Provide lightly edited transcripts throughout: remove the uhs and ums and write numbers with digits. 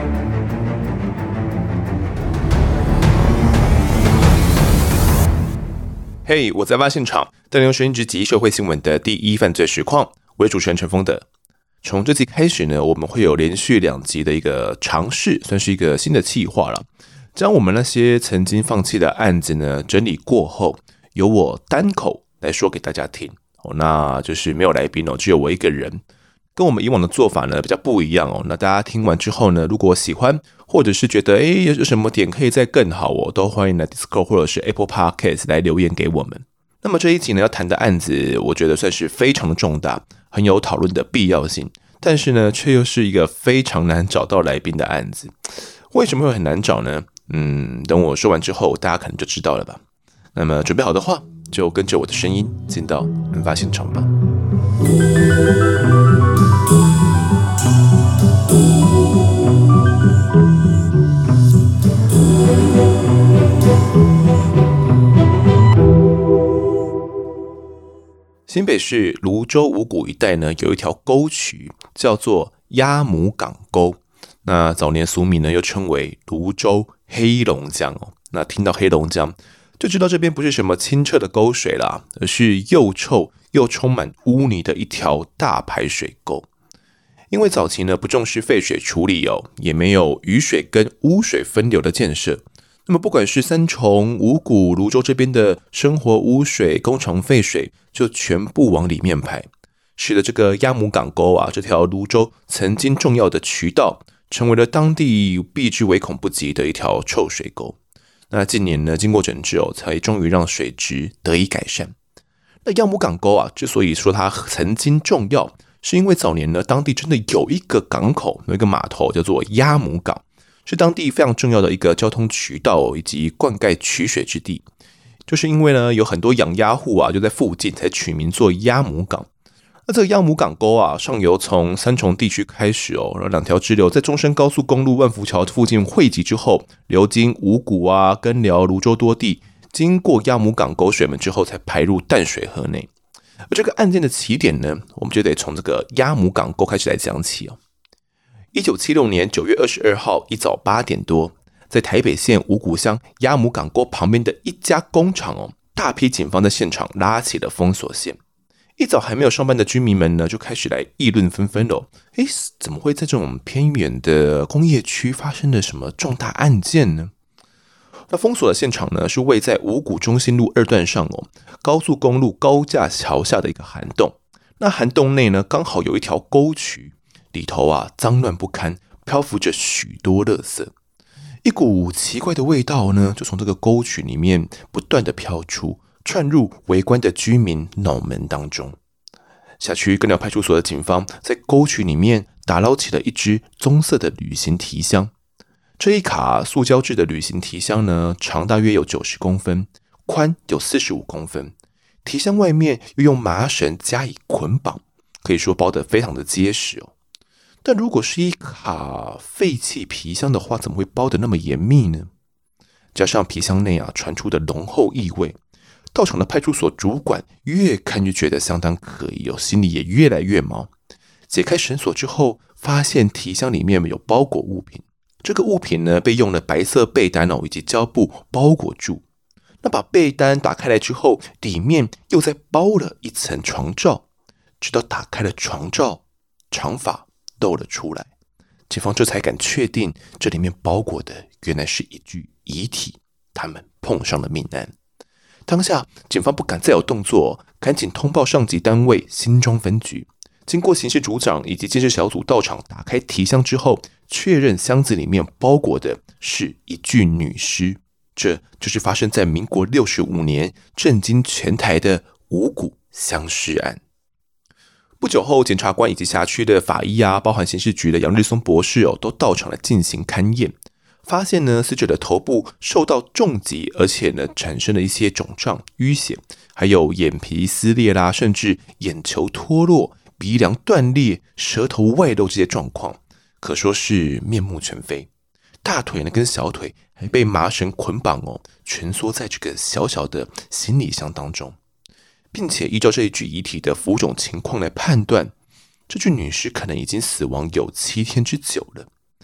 嘿、我在案发现场，带您用声音直击社会新闻的第一犯罪实况。我是主持人陈峰的。从这集开始呢，我们会有连续2集的一个尝试，算是一个新的企划了。将我们那些曾经放弃的案子呢整理过后，由我单口来说给大家听。那就是没有来宾只有我一个人。跟我们以往的做法呢比较不一样那大家听完之后呢，如果喜欢或者是觉得有什么点可以再更好都欢迎来 Discord 或者是 Apple Podcast 来留言给我们。那么这一集呢要谈的案子，我觉得算是非常的重大，很有讨论的必要性，但是呢却又是一个非常难找到来宾的案子。为什么会很难找呢？等我说完之后，大家可能就知道了吧。那么准备好的话，就跟着我的声音进到案发现场吧。新北市芦洲五股一带呢，有一条沟渠叫做鸭母港沟，那早年俗名呢又称为芦洲黑龙江那听到黑龙江就知道这边不是什么清澈的沟水啦，而是又臭又充满污泥的一条大排水沟。因为早期呢不重视废水处理也没有雨水跟污水分流的建设，那么不管是三重、五股、芦洲这边的生活污水、工厂废水就全部往里面排，使得这个鸭母港沟这条芦洲曾经重要的渠道成为了当地避之唯恐不及的一条臭水沟。那近年呢经过整治才终于让水质得以改善。那鸭母港沟之所以说它曾经重要，是因为早年呢当地真的有一个港口，有一个码头叫做鸭母港，是当地非常重要的一个交通渠道以及灌溉取水之地。就是因为呢有很多养鸭户就在附近，才取名做鸭母港。那这个鸭母港沟上游从三重地区开始然后2条支流在中山高速公路万福桥附近汇集之后，流经五股根寮、芦洲多地，经过鸭母港沟水门之后，才排入淡水河内。而这个案件的起点呢，我们就得从这个鸭母港沟开始来讲起1976年9月22号一早8点多，在台北县五股乡鸭母港沟旁边的一家工厂大批警方在现场拉起了封锁线。一早还没有上班的居民们呢，就开始来议论纷纷怎么会在这种偏远的工业区发生了什么重大案件呢？那封锁的现场呢，是位在五股中心路2段上高速公路高架桥下的一个涵洞。那涵洞内呢，刚好有一条沟渠，里头脏乱不堪，漂浮着许多垃圾。一股奇怪的味道呢，就从这个沟渠里面不断的飘出，窜入围观的居民脑门当中。辖区更寮派出所的警方在沟渠里面打捞起了一只棕色的旅行提箱。这一卡塑胶制的旅行提箱呢，长大约有90公分，宽有45公分。提箱外面又用麻绳加以捆绑，可以说包得非常的结实但如果是一卡废弃皮箱的话，怎么会包得那么严密呢？加上皮箱内传出的浓厚异味，到场的派出所主管越看越觉得相当可疑心里也越来越毛。解开绳索之后，发现提箱里面有包裹物品，这个物品呢被用了白色被单以及胶布包裹住。那把被单打开来之后，里面又再包了一层床罩，直到打开了床罩，长发露了出来。警方这才敢确定这里面包裹的原来是一具遗体，他们碰上了命案。当下警方不敢再有动作，赶紧通报上级单位新庄分局。经过刑事组长以及建设小组到场打开提箱之后，确认箱子里面包裹的是一具女尸。这就是发生在民国65年震惊全台的五股相尸案。不久后，检察官以及辖区的法医包含刑事局的杨日松博士都到场来进行勘验，发现呢死者的头部受到重击，而且呢产生了一些肿胀、淤血，还有眼皮撕裂甚至眼球脱落、鼻梁断裂、舌头外露这些状况，可说是面目全非。大腿呢跟小腿还被麻绳捆绑蜷缩在这个小小的行李箱当中，并且依照这一具遗体的浮肿情况来判断，这具女尸可能已经死亡有7天之久了。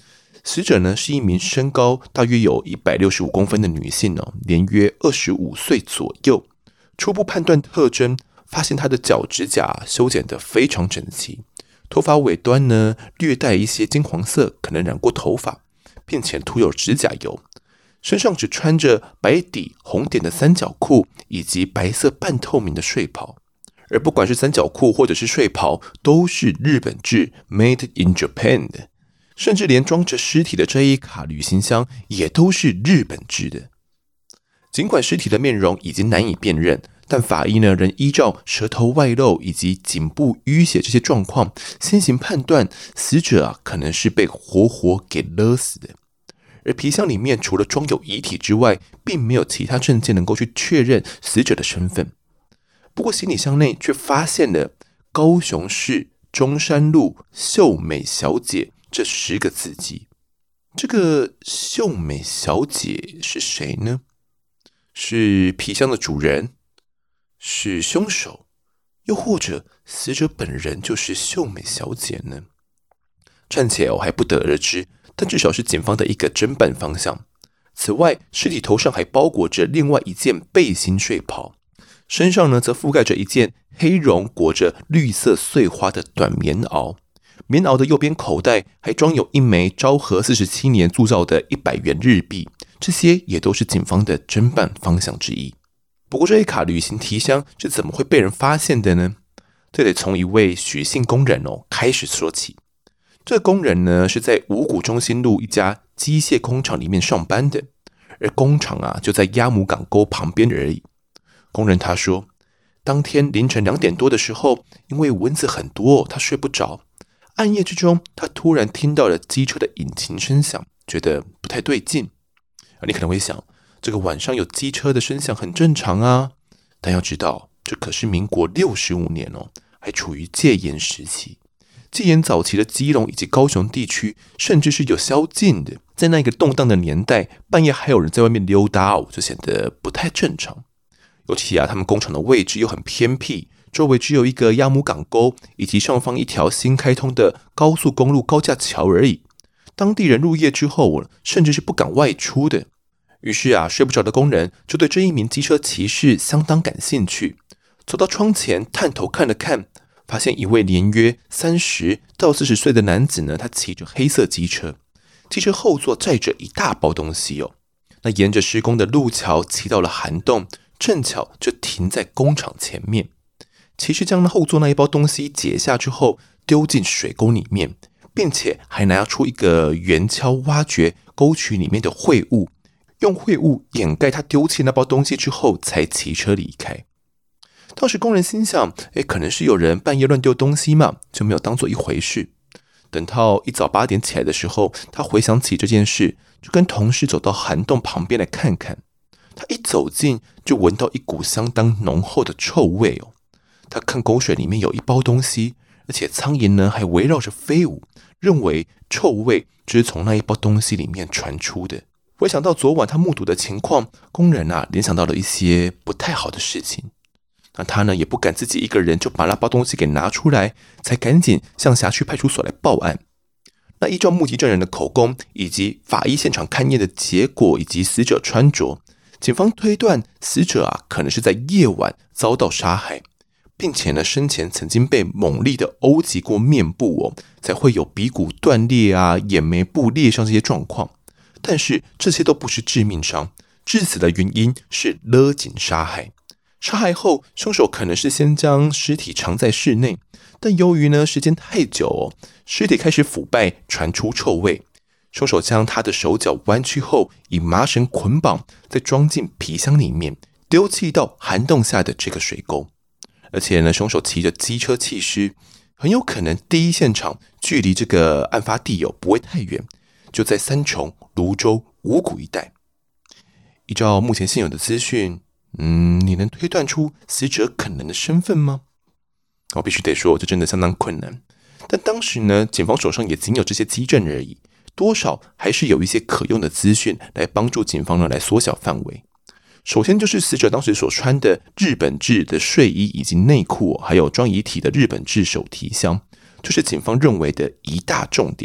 死者呢是一名身高大约有165公分的女性年约25岁左右。初步判断特征，发现她的脚趾甲修剪得非常整齐，头发尾端呢略带一些金黄色，可能染过头发，并且涂有指甲油。身上只穿着白底红点的三角裤以及白色半透明的睡袍，而不管是三角裤或者是睡袍，都是日本制 Made in Japan 的，甚至连装着尸体的这一卡旅行箱也都是日本制的。尽管尸体的面容已经难以辨认，但法医呢仍依照舌头外露以及颈部淤血这些状况，先行判断死者可能是被活活给勒死的。而皮箱里面除了装有遗体之外，并没有其他证件能够去确认死者的身份。不过行李箱内却发现了高雄市中山路秀美小姐这10个字迹。这个秀美小姐是谁呢？是皮箱的主人？是凶手？又或者死者本人就是秀美小姐呢？暂且还不得而知，但至少是警方的一个侦办方向。此外，尸体头上还包裹着另外一件背心睡袍，身上呢则覆盖着一件黑绒裹着绿色碎花的短棉袄，棉袄的右边口袋还装有一枚昭和47年铸造的100元日币，这些也都是警方的侦办方向之一。不过这一卡旅行提箱是怎么会被人发现的呢？这得从一位许姓工人开始说起。这个工人呢是在五股中心路一家机械工厂里面上班的，而工厂就在鸭母港沟旁边而已。工人他说，当天凌晨2点多的时候，因为蚊子很多，他睡不着。暗夜之中，他突然听到了机车的引擎声响，觉得不太对劲。你可能会想，这个晚上有机车的声响很正常啊，但要知道，这可是民国65年还处于戒严时期。戒严早期的基隆以及高雄地区，甚至是有宵禁的。在那个动荡的年代，半夜还有人在外面溜达就显得不太正常。尤其他们工厂的位置又很偏僻，周围只有一个鸭母港沟以及上方一条新开通的高速公路高架桥而已。当地人入夜之后，甚至是不敢外出的。于是睡不着的工人就对这一名机车骑士相当感兴趣，走到窗前探头看了看，发现一位年约30到40岁的男子呢，他骑着黑色机车，机车后座载着一大包东西那沿着施工的路桥骑到了涵洞，正巧就停在工厂前面。骑士将后座那一包东西解下之后，丢进水沟里面，并且还拿出一个圆锹挖掘沟渠里面的秽物，用秽物掩盖他丢弃那包东西之后，才骑车离开。当时工人心想，可能是有人半夜乱丢东西嘛，就没有当做一回事。等到一早8点起来的时候，他回想起这件事，就跟同事走到涵洞旁边来看看。他一走近，就闻到一股相当浓厚的臭味他看沟水里面有一包东西，而且苍蝇呢还围绕着飞舞，认为臭味就是从那一包东西里面传出的。回想到昨晚他目睹的情况，工人联想到了一些不太好的事情。那他呢也不敢自己一个人就把那包东西给拿出来，才赶紧向辖区派出所来报案。那依照目击证人的口供以及法医现场勘验的结果以及死者穿着，警方推断死者可能是在夜晚遭到杀害，并且呢生前曾经被猛力的殴击过面部才会有鼻骨断裂眼眉部裂伤这些状况。但是这些都不是致命伤，致死的原因是勒颈杀害。杀害后，凶手可能是先将尸体藏在室内，但由于时间太久尸体开始腐败，传出臭味。凶手将他的手脚弯曲后，以麻绳捆绑，再装进皮箱里面，丢弃到涵洞下的这个水沟。而且呢，凶手骑着机车弃尸，很有可能第一现场距离这个案发地不会太远，就在三重、芦洲、五股一带。依照目前现有的资讯，你能推断出死者可能的身份吗？我必须得说，这真的相当困难。但当时呢，警方手上也仅有这些基证而已，多少还是有一些可用的资讯来帮助警方来缩小范围。首先就是死者当时所穿的日本制的睡衣以及内裤，还有装遗体的日本制手提箱，就是警方认为的一大重点。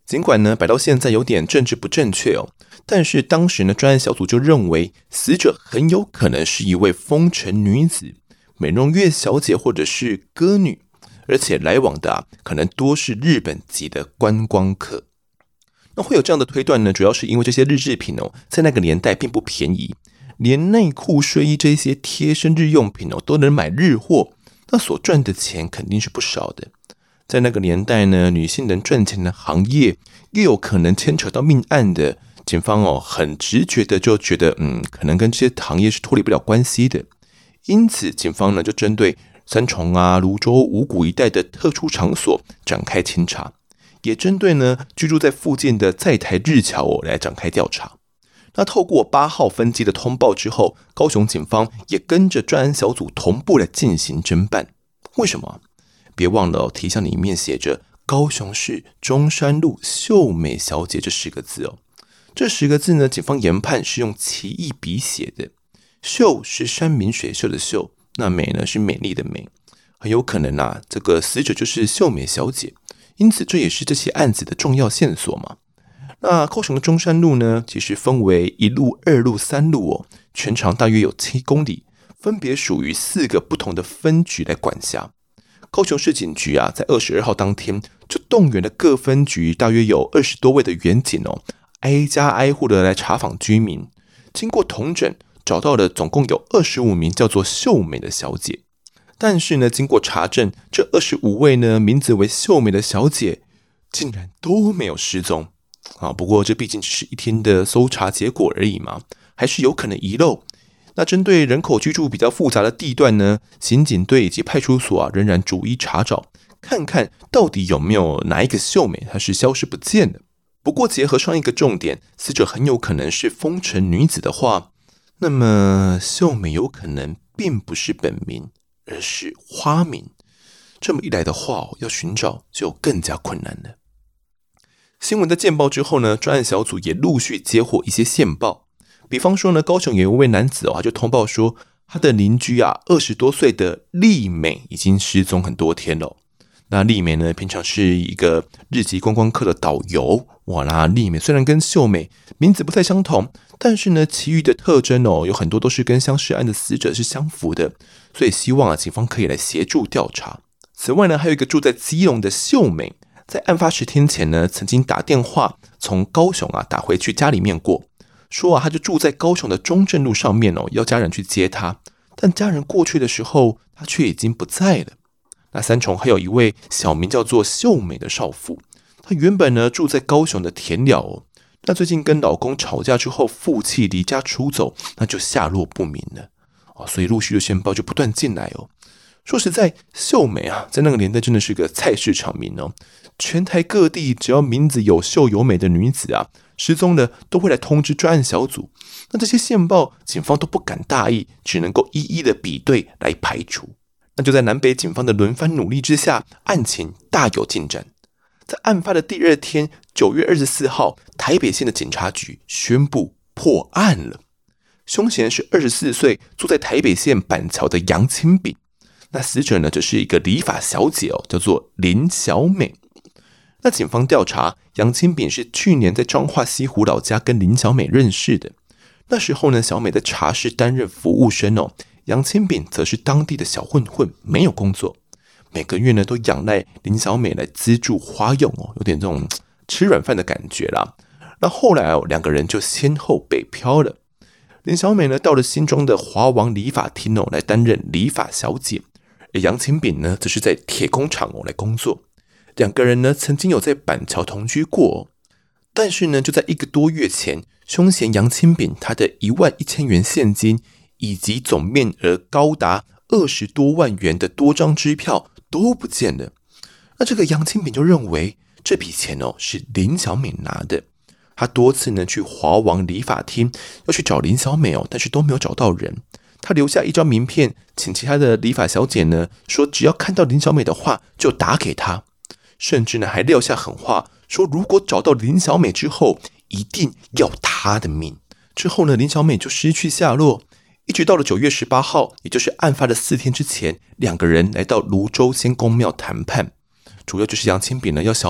尽管呢摆到现在有点政治不正确哦，但是当时呢专案小组就认为死者很有可能是一位风尘女子、美容院小姐或者是歌女，而且来往的可能多是日本籍的观光客。那会有这样的推断呢，主要是因为这些日制品在那个年代并不便宜，连内裤、睡衣这些贴身日用品都能买日货，那所赚的钱肯定是不少的。在那个年代呢，女性能赚钱的行业又有可能牵扯到命案的，警方很直觉的就觉得可能跟这些行业是脱离不了关系的。因此警方呢就针对三重泸州、五股一带的特殊场所展开清查，也针对呢居住在附近的在台日侨来展开调查。那透过8号分机的通报之后，高雄警方也跟着专案小组同步来进行侦办。为什么？别忘了题项里面写着高雄市中山路秀美小姐这10个字这10个字呢，警方研判是用奇异笔写的。秀是山明水秀的秀，那美呢是美丽的美，很有可能这个死者就是秀美小姐，因此这也是这起案子的重要线索嘛。那高雄的中山路呢，其实分为1路、2路、3路全长大约有7公里，分别属于4个不同的分局来管辖。高雄市警局在22号当天就动员了各分局大约有20多位的员警挨家挨户的来查访居民。经过统整，找到了总共有25名叫做秀美的小姐。但是呢，经过查证，这25位呢名字为秀美的小姐竟然都没有失踪不过这毕竟只是一天的搜查结果而已嘛，还是有可能遗漏。那针对人口居住比较复杂的地段呢，刑警队以及派出所仍然逐一查找，看看到底有没有哪一个秀美它是消失不见的。不过结合上一个重点，死者很有可能是风尘女子的话，那么秀美有可能并不是本名，而是花名。这么一来的话要寻找就更加困难了。新闻的见报之后呢，专案小组也陆续接获一些线报。比方说呢，高雄有一位男子他就通报说，他的邻居20多岁的丽美已经失踪很多天了。那丽美呢，平常是一个日籍观光客的导游。那丽美虽然跟秀美名字不太相同，但是呢，其余的特征有很多都是跟相识案的死者是相符的，所以希望警方可以来协助调查。此外呢，还有一个住在基隆的秀美，在案发10天前呢，曾经打电话从高雄打回去家里面过。说他就住在高雄的中正路上面要家人去接他，但家人过去的时候，他却已经不在了。那三重还有一位小名叫做秀美的少妇，她原本呢住在高雄的田寮那最近跟老公吵架之后负气离家出走，那就下落不明了所以陆续的线报就不断进来说实在，秀美在那个年代真的是个菜市场名全台各地只要名字有秀有美的女子失踪了都会来通知专案小组。那这些线报警方都不敢大意，只能够一一的比对来排除。那就在南北警方的轮番努力之下，案情大有进展。在案发的第2天9月24号，台北县的警察局宣布破案了。凶嫌是24岁住在台北县板桥的杨清炳。那死者呢，则是一个理发小姐叫做林小美。那警方调查，杨清炳是去年在彰化西湖老家跟林小美认识的。那时候呢，小美在茶室担任服务生杨清炳则是当地的小混混，没有工作，每个月呢都仰赖林小美来资助花用有点这种吃软饭的感觉啦。那后来2个人就先后北漂了。林小美呢到了新庄的华王理发厅来担任理发小姐，而杨清炳呢则是在铁工厂来工作。2个人呢曾经有在板桥同居过但是呢就在1个多月前，凶嫌杨清炳他的11000元现金以及总面额高达20多万元的多张支票都不见了。那这个杨清炳就认为这笔钱是林小美拿的。他多次呢去华王理发厅要去找林小美但是都没有找到人。他留下一张名片，请其他的理发小姐呢说只要看到林小美的话就打给她，甚至呢还撂下狠话，说如果找到林小美之后一定要她的命。之后呢林小美就失去下落，一直到了9月18号，也就是案发的4天之前，2个人来到泸州仙公庙谈判，主要就是杨清炳呢要小美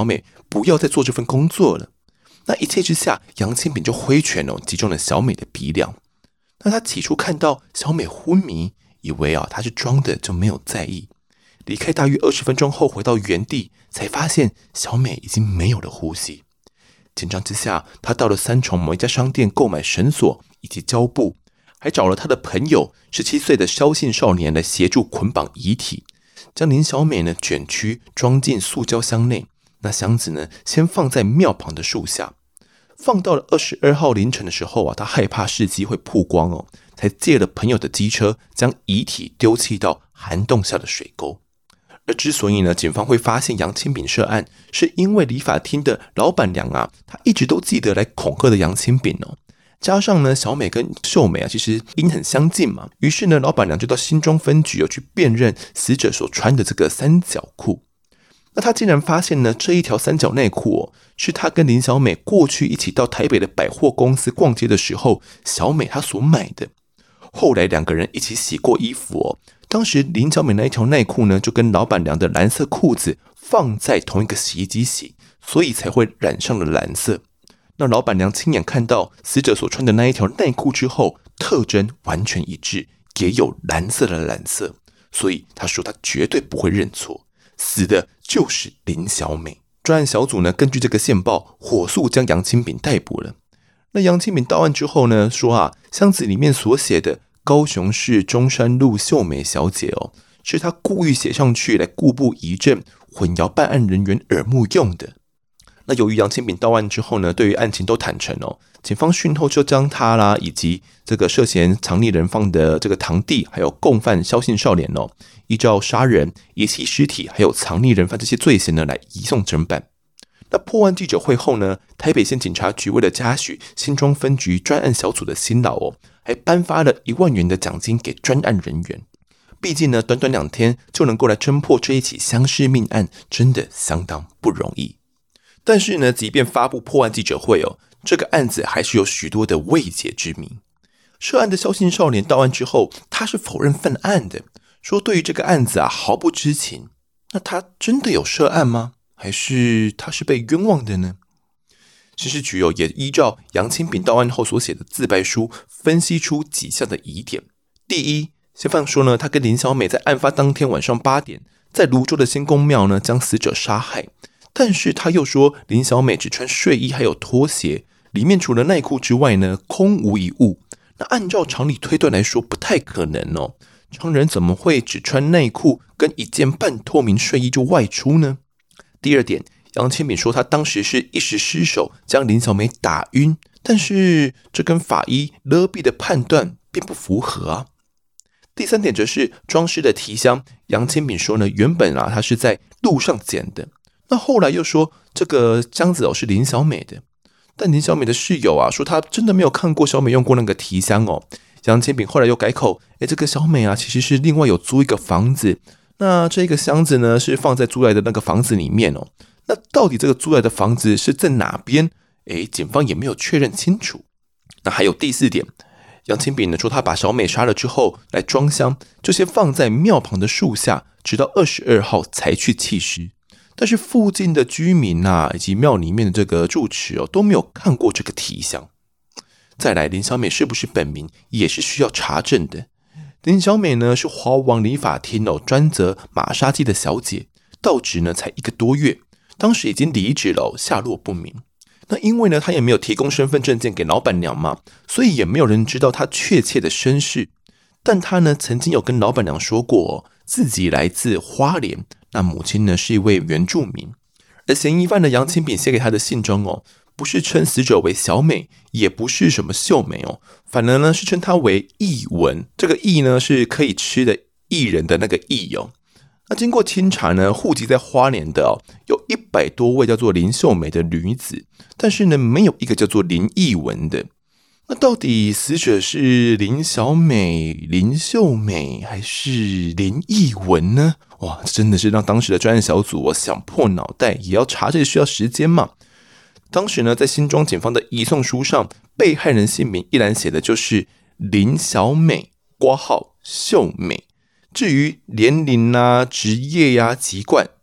不要再做这份工作了。那一气之下，杨清炳就挥拳击中了小美的鼻梁。那他起初看到小美昏迷，以为她是装的，就没有在意。离开大约20分钟后，回到原地，才发现小美已经没有了呼吸。紧张之下，他到了三重某一家商店购买绳索以及胶布，还找了他的朋友17岁的萧姓少年来协助捆绑遗体，将林小美呢卷曲装进塑胶箱内。那箱子呢，先放在庙旁的树下。放到了22号凌晨的时候他害怕事机会曝光才借了朋友的机车，将遗体丢弃到涵洞下的水沟。而之所以呢，警方会发现杨清炳涉案，是因为理发厅的老板娘她一直都记得来恐吓的杨清炳加上呢，小美跟秀美其实音很相近嘛，于是呢，老板娘就到新庄分局去辨认死者所穿的这个三角裤。那他竟然发现呢，这一条三角内裤是他跟林小美过去一起到台北的百货公司逛街的时候，小美她所买的。后来两个人一起洗过衣服当时林小美那一条内裤呢，就跟老板娘的蓝色裤子放在同一个洗衣机洗，所以才会染上了蓝色。那老板娘亲眼看到死者所穿的那一条内裤之后，特征完全一致，也有蓝色的染色，所以她说她绝对不会认错，死的就是林小美。专案小组呢，根据这个线报，火速将杨清炳逮捕了。那杨清炳到案之后呢，说箱子里面所写的高雄市中山路秀美小姐是他故意写上去来故布疑阵，混淆办案人员耳目用的。那由于杨清炳到案之后呢，对于案情都坦诚警方讯后就将他啦，以及这个涉嫌藏匿人放的这个堂弟，还有共犯萧姓少年依照杀人、遗弃尸体，还有藏匿人犯这些罪嫌呢，来移送侦办。那破案记者会后呢，台北县警察局为了嘉许新庄分局专案小组的辛劳还颁发了1万元的奖金给专案人员。毕竟呢，短短2天就能够来侦破这一起相尸命案，真的相当不容易。但是呢，即便发布破案记者会这个案子还是有许多的未解之谜。涉案的萧姓少年到案之后，他是否认犯案的，说对于这个案子毫不知情。那他真的有涉案吗？还是他是被冤枉的呢？刑事局也依照杨清炳到案后所写的自白书，分析出几项的疑点。第一，先放说呢，他跟林小美在案发当天晚上8点，在泸州的先公庙呢将死者杀害。但是他又说林小美只穿睡衣还有拖鞋，里面除了内裤之外呢，空无一物。那按照常理推断来说，不太可能常人怎么会只穿内裤跟一件半透明睡衣就外出呢？第二点，杨清炳说他当时是一时失手将林小美打晕，但是这跟法医勒毙的判断并不符合第三点则是装尸的提箱，杨清炳说呢，原本他是在路上捡的，那后来又说这个箱子是林小美的，但林小美的室友说他真的没有看过小美用过那个提箱杨清炳后来又改口，这个小美其实是另外有租一个房子，那这个箱子呢是放在租来的那个房子里面那到底这个租来的房子是在哪边？警方也没有确认清楚。那还有第4点，杨清炳呢说他把小美杀了之后来装箱，就先放在庙旁的树下，直到22号才去弃尸。但是附近的居民以及庙里面的这个住持都没有看过这个提箱。再来，林小美是不是本名也是需要查证的。林小美呢是华王理发厅专责马杀鸡的小姐，到职呢才1个多月，当时已经离职了下落不明。那因为呢她也没有提供身份证件给老板娘嘛，所以也没有人知道她确切的身世。但她呢曾经有跟老板娘说过自己来自花莲，那母亲呢是一位原住民。而嫌疑犯的杨清炳写给她的信中不是称死者为小美，也不是什么秀美反而呢是称她为艺文，这个艺呢是可以吃的艺人的那个艺那经过清查呢，户籍在花莲的有100多位叫做林秀美的女子，但是呢没有一个叫做林艺文的。那到底死者是林小美、林秀美还是林艺文呢？哇，真的是让当时的专案小组想破脑袋，也要查，这需要时间嘛。当时呢，在新庄警方的移送书上，被害人姓名一栏写的就是林小美（括号秀美）。至于年龄职业籍贯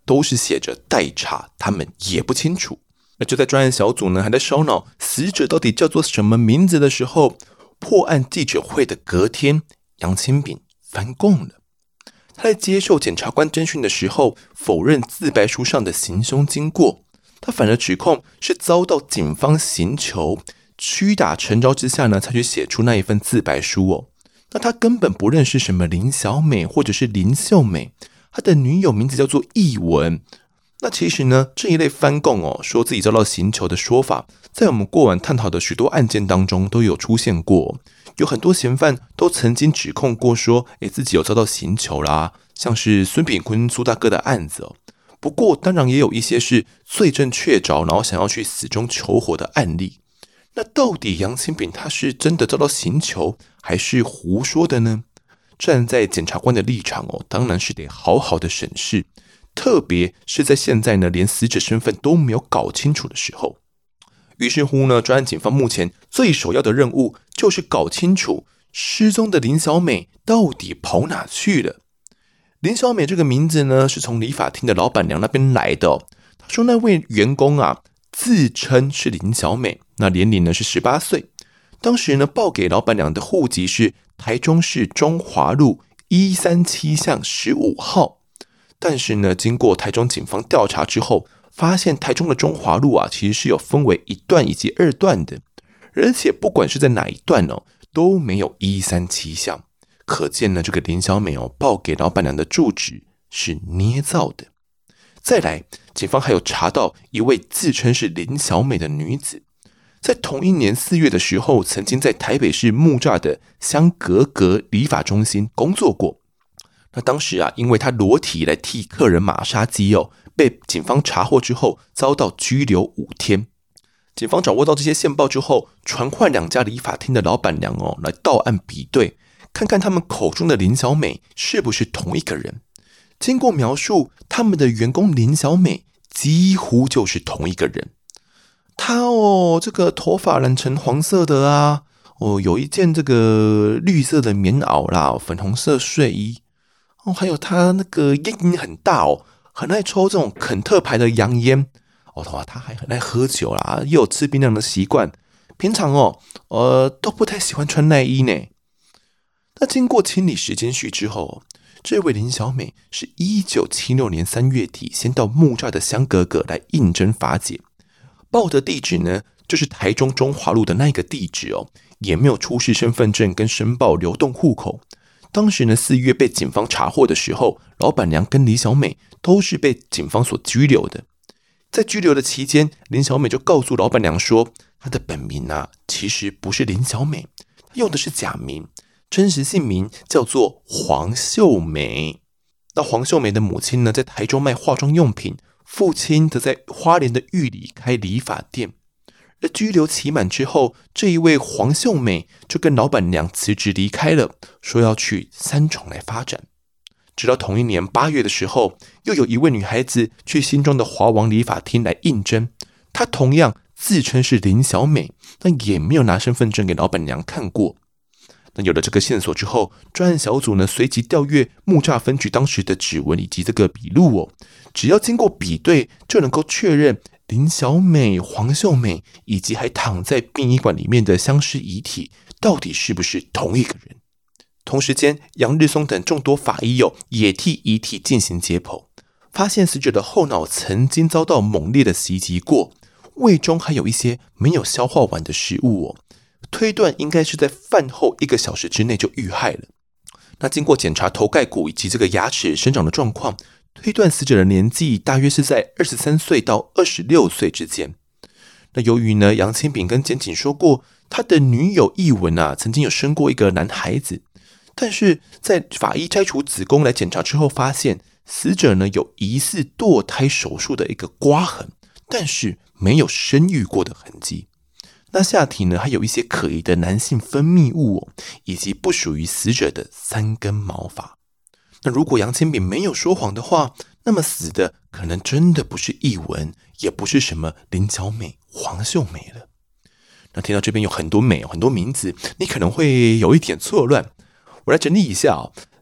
都是写着待查，他们也不清楚。那就在专案小组呢还在烧脑死者到底叫做什么名字的时候，破案记者会的隔天，杨清炳翻供了。他在接受检察官侦讯的时候，否认自白书上的行凶经过，他反而指控是遭到警方刑求，屈打成招之下呢，才去写出那一份自白书哦。那他根本不认识什么林小美或者是林秀美，他的女友名字叫做艺文。那其实呢，这一类翻供哦，说自己遭到刑求的说法，在我们过往探讨的许多案件当中都有出现过。有很多嫌犯都曾经指控过说，自己有遭到刑求啦，像是孙炳坤苏大哥的案子哦。不过当然也有一些是罪证确凿，然后想要去死中求活的案例。那到底杨清炳他是真的遭到刑求，还是胡说的呢？站在检察官的立场哦，当然是得好好的审视，特别是在现在呢，连死者身份都没有搞清楚的时候。于是乎呢，专案警方目前最首要的任务就是搞清楚失踪的林小美到底跑哪去了。林小美这个名字呢，是从理发厅的老板娘那边来的哦。她说那位员工啊，自称是林小美，那年龄呢是18岁。当时呢，报给老板娘的户籍是台中市中华路137巷15号。但是呢，经过台中警方调查之后，发现台中的中华路啊，其实是有分为1段以及2段的，而且不管是在哪一段哦，都没有137巷，可见呢，这个林小美哦，报给老板娘的住址是捏造的。再来，警方还有查到一位自称是林小美的女子，在同一年4月的时候，曾经在台北市木栅的香格格理发中心工作过。那当时啊，因为她裸体来替客人马杀鸡哦，被警方查获之后，遭到拘留5天。警方掌握到这些线报之后，传唤2家理发厅的老板娘哦，来到案比对，看看他们口中的林小美是不是同一个人。经过描述，他们的员工林小美几乎就是同一个人。她哦，这个头发染成黄色的啊，有一件这个绿色的棉袄啦，粉红色睡衣。还有他那个烟瘾很大哦，很爱抽这种肯特牌的洋烟哦，他还很爱喝酒啦，又有吃槟榔的习惯，平常都不太喜欢穿内衣呢。那经过清理时间序之后，这位林小美是1976年3月底先到木栅的香格格来应征法检，报的地址呢就是台中中华路的那个地址哦，也没有出示身份证跟申报流动户口。当时呢，4月被警方查获的时候，老板娘跟李小美都是被警方所拘留的。在拘留的期间，林小美就告诉老板娘说，她的本名啊，其实不是林小美，她用的是假名，真实姓名叫做黄秀美。那黄秀美的母亲呢，在台中卖化妆用品，父亲则在花莲的玉里开理发店。而拘留期满之后，这一位黄秀美就跟老板娘辞职离开了，说要去三重来发展。直到同一年8月的时候，又有一位女孩子去新庄的华王理发厅来应征，她同样自称是林小美，但也没有拿身份证给老板娘看过。那有了这个线索之后，专案小组呢随即调阅木栅分局当时的指纹以及这个笔录哦，只要经过比对，就能够确认林小美、黄秀美以及还躺在殡仪馆里面的相尸遗体，到底是不是同一个人？同时间，杨日松等众多法医也替遗体进行解剖，发现死者的后脑曾经遭到猛烈的袭击过，胃中还有一些没有消化完的食物哦，推断应该是在饭后1个小时之内就遇害了。那经过检查头盖骨以及这个牙齿生长的状况，推断死者的年纪大约是在23岁到26岁之间。那由于呢，杨清炳跟检警说过，他的女友艺文啊，曾经有生过一个男孩子，但是在法医摘除子宫来检查之后，发现死者呢有疑似堕胎手术的一个刮痕，但是没有生育过的痕迹。那下体呢还有一些可疑的男性分泌物以及不属于死者的3根毛发。那如果杨清炳没有说谎的话，那么死的可能真的不是艺文，也不是什么林小美、黄秀美了。那听到这边有很多美，很多名字，你可能会有一点错乱。我来整理一下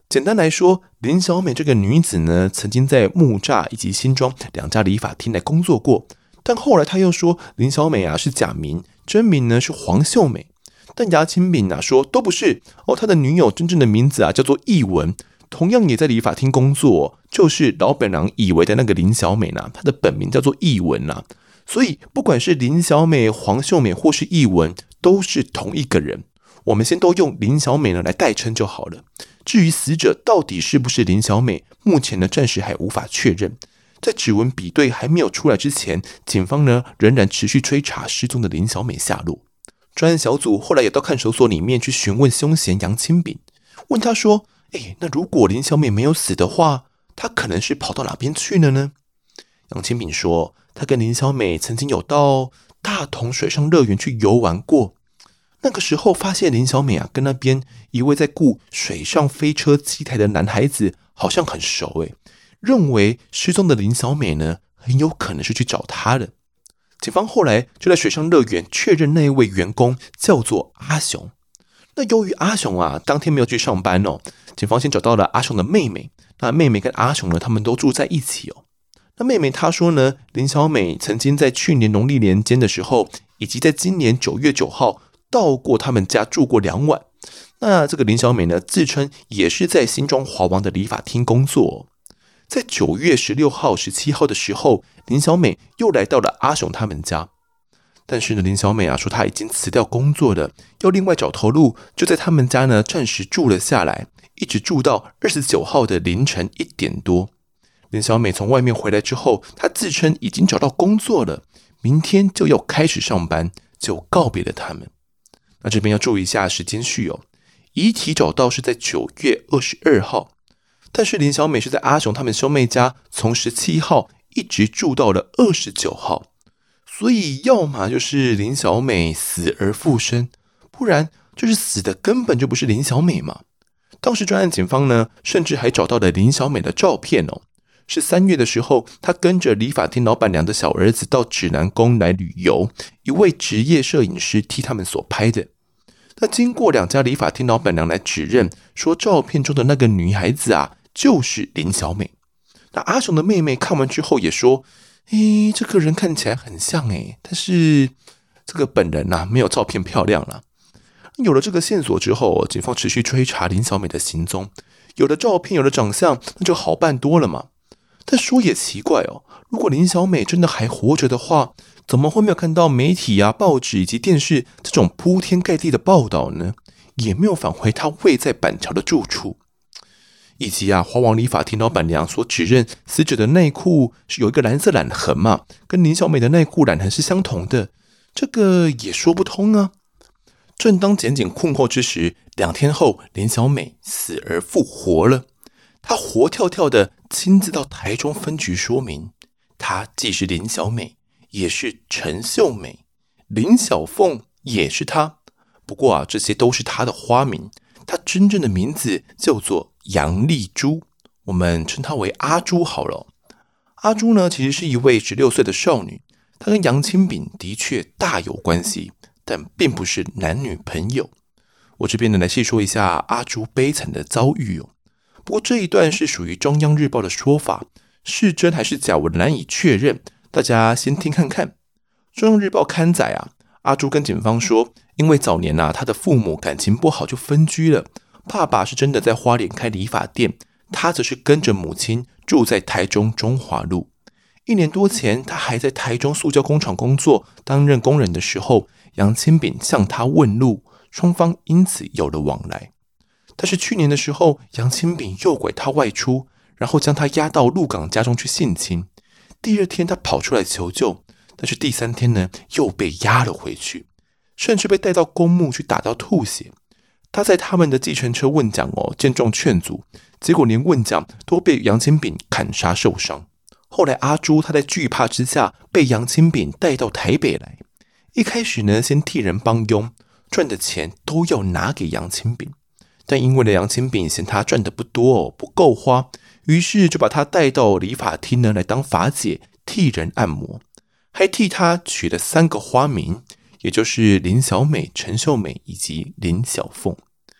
简单来说，林小美这个女子呢，曾经在木栅以及新庄2家理发厅来工作过，但后来她又说林小美是假名，真名呢是黄秀美。但杨清炳说都不是哦，他的女友真正的名字叫做艺文，同样也在理发厅工作，就是老本郎以为的那个林小美她的本名叫做艺文所以不管是林小美、黄秀美或是艺文，都是同一个人。我们先都用林小美来代称就好了。至于死者到底是不是林小美，目前呢暂时还无法确认。在指纹比对还没有出来之前，警方呢仍然持续追查失踪的林小美下落。专案小组后来也到看守所里面去询问凶嫌杨清炳，问他说：那如果林小美没有死的话，她可能是跑到哪边去了呢？杨清炳说，他跟林小美曾经有到大同水上乐园去游玩过，那个时候发现林小美跟那边一位在雇水上飞车机台的男孩子好像很熟认为失踪的林小美呢很有可能是去找他的。警方后来就在水上乐园确认那一位员工叫做阿雄。那由于阿雄当天没有去上班警方先找到了阿雄的妹妹。那妹妹跟阿雄呢，他们都住在一起那妹妹她说呢，林小美曾经在去年农历年间的时候，以及在今年9月9号到过他们家住过2晚。那这个林小美呢，自称也是在新庄华王的理发厅工作。在9月16号、17号的时候，林小美又来到了阿雄他们家。但是呢，林小美说她已经辞掉工作了，要另外找头路，就在他们家呢暂时住了下来，一直住到29号的凌晨1点多。林小美从外面回来之后，她自称已经找到工作了，明天就要开始上班，就告别了他们。那这边要注意一下时间序遗体找到是在9月22号，但是林小美是在阿雄他们兄妹家从17号一直住到了29号，所以要么就是林小美死而复生，不然就是死的根本就不是林小美嘛。当时专案警方呢，甚至还找到了林小美的照片是3月的时候，她跟着理发厅老板娘的小儿子到指南宫来旅游，一位职业摄影师替他们所拍的。那经过2家理发厅老板娘来指认，说照片中的那个女孩子就是林小美。那阿雄的妹妹看完之后也说，这个人看起来很像但是这个本人没有照片漂亮啦。有了这个线索之后，警方持续追查林小美的行踪，有了照片，有了长相，那就好办多了嘛。但说也奇怪如果林小美真的还活着的话，怎么会没有看到媒体报纸以及电视这种铺天盖地的报道呢？也没有返回她位在板桥的住处，以及华王理发厅老板娘所指认死者的内裤是有一个蓝色染痕嘛，跟林小美的内裤染痕是相同的，这个也说不通正当检警困惑之时，2天后林小美死而复活了。她活跳跳的亲自到台中分局说明，她既是林小美，也是陈秀美，林小凤也是她。不过这些都是她的花名，她真正的名字叫做杨丽珠，我们称她为阿珠好了。阿珠呢，其实是一位16岁的少女，她跟杨清炳的确大有关系，但并不是男女朋友。我这边呢来细说一下阿珠悲惨的遭遇不过这一段是属于中央日报的说法，是真还是假我难以确认，大家先听看看。中央日报刊载阿珠跟警方说，因为早年他的父母感情不好就分居了，爸爸是真的在花莲开理发店，他则是跟着母亲住在台中中华路。1年多前，他还在台中塑胶工厂工作，担任工人的时候，杨清炳向他问路，双方因此有了往来。但是去年的时候，杨清炳诱拐他外出，然后将他押到鹿港家中去性侵。第2天他跑出来求救，但是第3天呢又被押了回去，甚至被带到公墓去打到吐血。他在他们的计程车问讲见状劝阻，结果连问讲都被杨清炳砍杀受伤。后来阿珠他在惧怕之下被杨清炳带到台北来，一开始呢先替人帮佣，赚的钱都要拿给杨清炳。但因为杨清炳嫌他赚的不多不够花，于是就把他带到理发厅呢来当发姐，替人按摩，还替他取了3个花名，也就是林小美、陈秀美以及林小凤。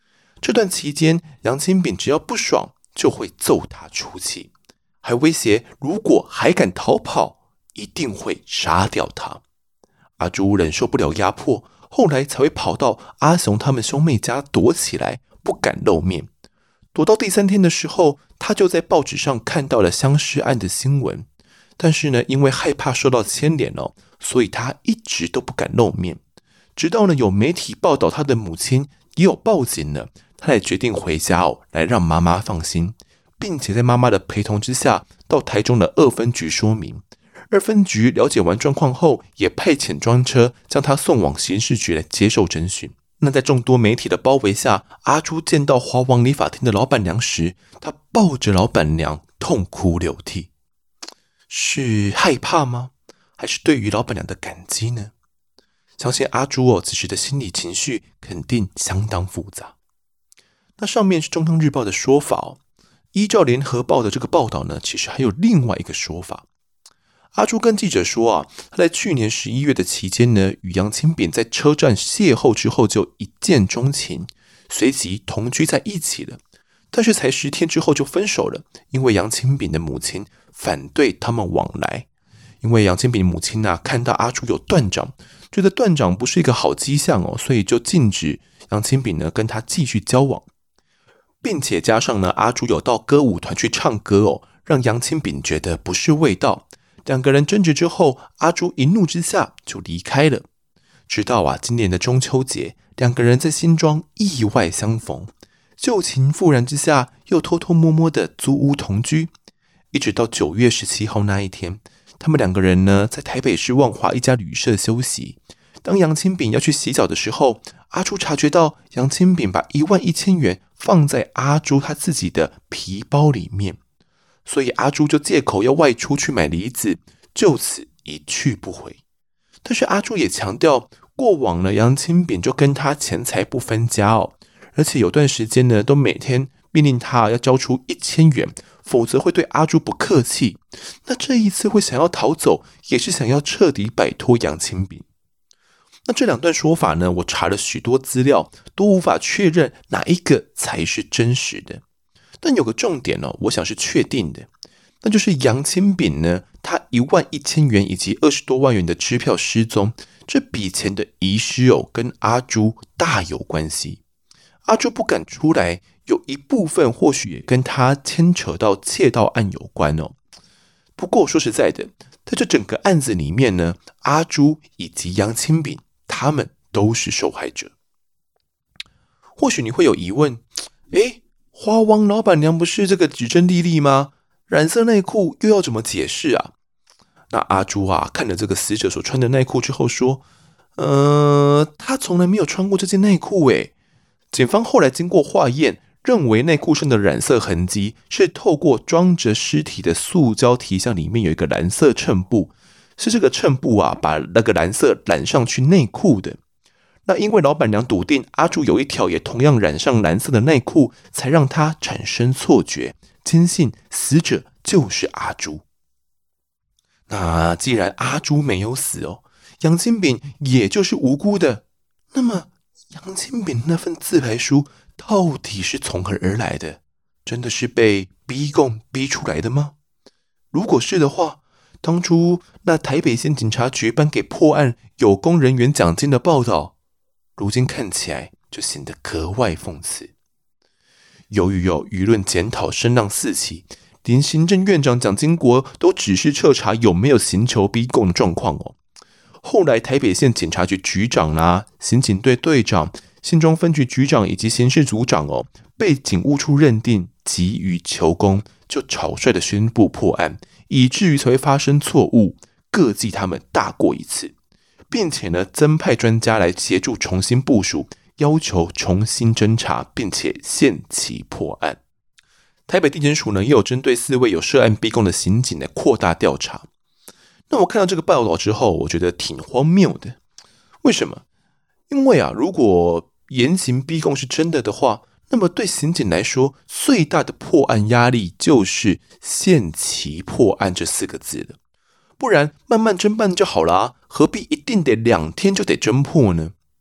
这段期间，杨清炳只要不爽就会揍他出气，还威胁如果还敢逃跑，一定会杀掉他。阿朱忍受不了压迫，后来才会跑到阿雄他们兄妹家躲起来，不敢露面。躲到第3天的时候，他就在报纸上看到了相尸案的新闻，但是呢，因为害怕受到牵连所以他一直都不敢露面。直到呢有媒体报道他的母亲也有报警了，他才决定回家来让妈妈放心，并且在妈妈的陪同之下，到台中的2分局说明。2分局了解完状况后，也派遣专车将他送往刑事局来接受侦讯。那在众多媒体的包围下，阿朱见到华王理发厅的老板娘时，他抱着老板娘痛哭流涕。是害怕吗？还是对于老板娘的感激呢？相信阿朱此时的心理情绪肯定相当复杂。那上面是中央日报的说法依照联合报的这个报道呢，其实还有另外一个说法。阿朱跟记者说他在去年11月的期间呢，与杨清炳在车站邂逅之后就一见钟情，随即同居在一起了。但是才10天之后就分手了，因为杨清炳的母亲反对他们往来。因为杨清炳的母亲看到阿朱有断掌，觉得断掌不是一个好迹象所以就禁止杨清炳呢跟他继续交往，并且加上呢阿朱有到歌舞团去唱歌让杨清炳觉得不是味道。2个人争执之后，阿朱一怒之下就离开了。直到今年的中秋节，2个人在新庄意外相逢，旧情复燃之下，又偷偷摸摸的租屋同居，一直到9月17号那一天，他们2个人呢在台北市万华一家旅社休息。当杨清炳要去洗澡的时候，阿朱察觉到杨清炳把11000元放在阿朱他自己的皮包里面。所以阿朱就借口要外出去买梨子，就此一去不回。但是阿朱也强调，过往呢杨清炳就跟他钱财不分家而且有段时间呢都每天命令他要交出1000元，否则会对阿朱不客气。那这一次会想要逃走，也是想要彻底摆脱杨清炳。那这2段说法呢，我查了许多资料，都无法确认哪一个才是真实的。但有个重点我想是确定的，那就是杨清炳呢，他11000元以及20多万元的支票失踪，这笔钱的遗失跟阿朱大有关系。阿朱不敢出来，有一部分或许也跟他牵扯到窃盗案有关不过说实在的，在这整个案子里面呢，阿朱以及杨清炳他们都是受害者。或许你会有疑问，花王老板娘不是这个指证莉莉吗？染色内裤又要怎么解释啊？那阿朱看了这个死者所穿的内裤之后说，他从来没有穿过这件内裤检方后来经过化验，认为内裤上的染色痕迹是透过装着尸体的塑胶提箱里面有一个蓝色衬布，是这个衬布把那个蓝色染上去内裤的。那因为老板娘笃定阿朱有一条也同样染上蓝色的内裤，才让她产生错觉，坚信死者就是阿朱。那既然阿朱没有死杨清炳也就是无辜的，那么杨清炳那份自白书到底是从何而来的？真的是被逼供逼出来的吗？如果是的话，当初那台北县警察局颁给破案有功人员奖金的报道，如今看起来就显得格外讽刺。由于舆论检讨声浪四起，连行政院长蒋经国都指示彻查有没有刑求逼供的状况后来台北县警察局局长刑警队队长、新庄分局局长以及刑事组长被警务处认定急于求功，就草率的宣布破案，以至于才会发生错误，各记他们大过一次。并且呢，增派专家来协助重新部署，要求重新侦查，并且限期破案。台北地检署呢，也有针对4位有涉案逼供的刑警来扩大调查。那我看到这个报道之后，我觉得挺荒谬的。为什么？因为如果严刑逼供是真的话，那么对刑警来说，最大的破案压力就是限期破案这4个字了。不然慢慢侦办就好了何必一定得2天就得侦破呢？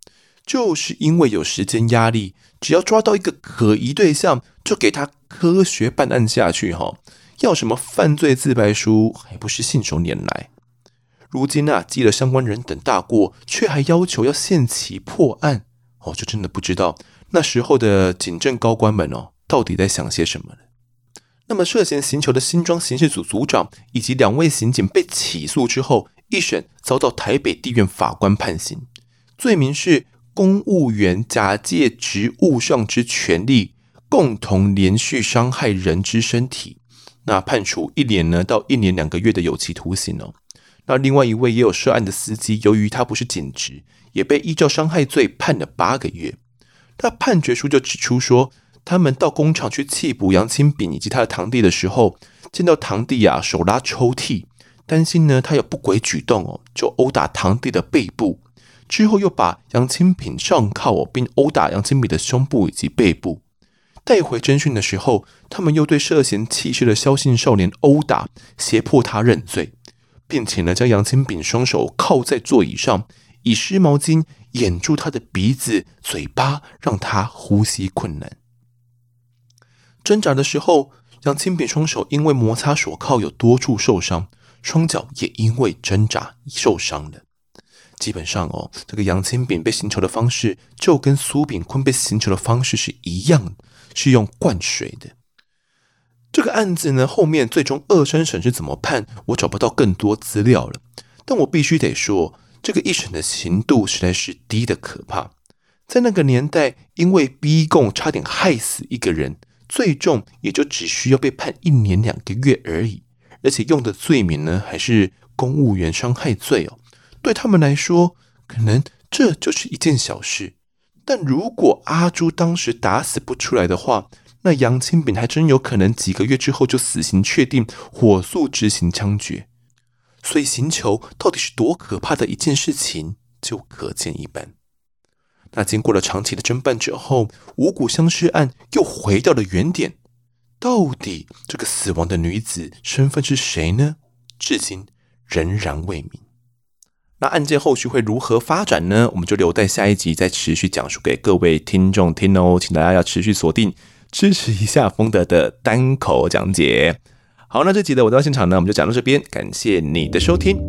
就是因为有时间压力，只要抓到一个可疑对象，就给他科学办案下去要什么犯罪自白书，还不是信手拈来。如今记了相关人等大过，却还要求要限期破案就真的不知道那时候的警政高官们到底在想些什么呢？那么涉嫌刑求的新庄刑事组组长以及2位刑警被起诉之后，一审遭到台北地院法官判刑，罪名是公务员假借职务上之权利，共同连续伤害人之身体，那判处1年呢到1年2个月的有期徒刑那另外一位也有涉案的司机，由于他不是警职，也被依照伤害罪判了8个月。那判决书就指出说，他们到工厂去缉捕杨清炳以及他的堂弟的时候，见到堂弟手拉抽屉，担心呢他有不轨举动就殴打堂弟的背部，之后又把杨清炳上铐并殴打杨清炳的胸部以及背部。带回侦讯的时候，他们又对涉嫌弃尸的萧姓少年殴打，胁迫他认罪，并且呢将杨清炳双手铐在座椅上，以湿毛巾掩住他的鼻子、嘴巴，让他呼吸困难。挣扎的时候，杨清炳双手因为摩擦手铐有多处受伤，双脚也因为挣扎受伤了。基本上这个杨清炳被刑求的方式就跟苏炳坤被刑求的方式是一样的，是用灌水的。这个案子呢，后面最终2审审是怎么判，我找不到更多资料了。但我必须得说，这个1审的刑度实在是低的可怕。在那个年代，因为逼供差点害死一个人，最重也就只需要被判1年2个月而已，而且用的罪名呢还是公务员伤害罪对他们来说，可能这就是一件小事。但如果阿朱当时打死不出来的话，那杨清炳还真有可能几个月之后就死刑确定，火速执行枪决。所以刑求到底是多可怕的一件事情，就可见一斑。那经过了长期的侦办之后，五股相尸案又回到了原点。到底这个死亡的女子身份是谁呢？至今仍然未明。那案件后续会如何发展呢？我们就留待下一集再持续讲述给各位听众听请大家要持续锁定，支持一下丰德的单口讲解。好，那这集的我到现场呢，我们就讲到这边，感谢你的收听。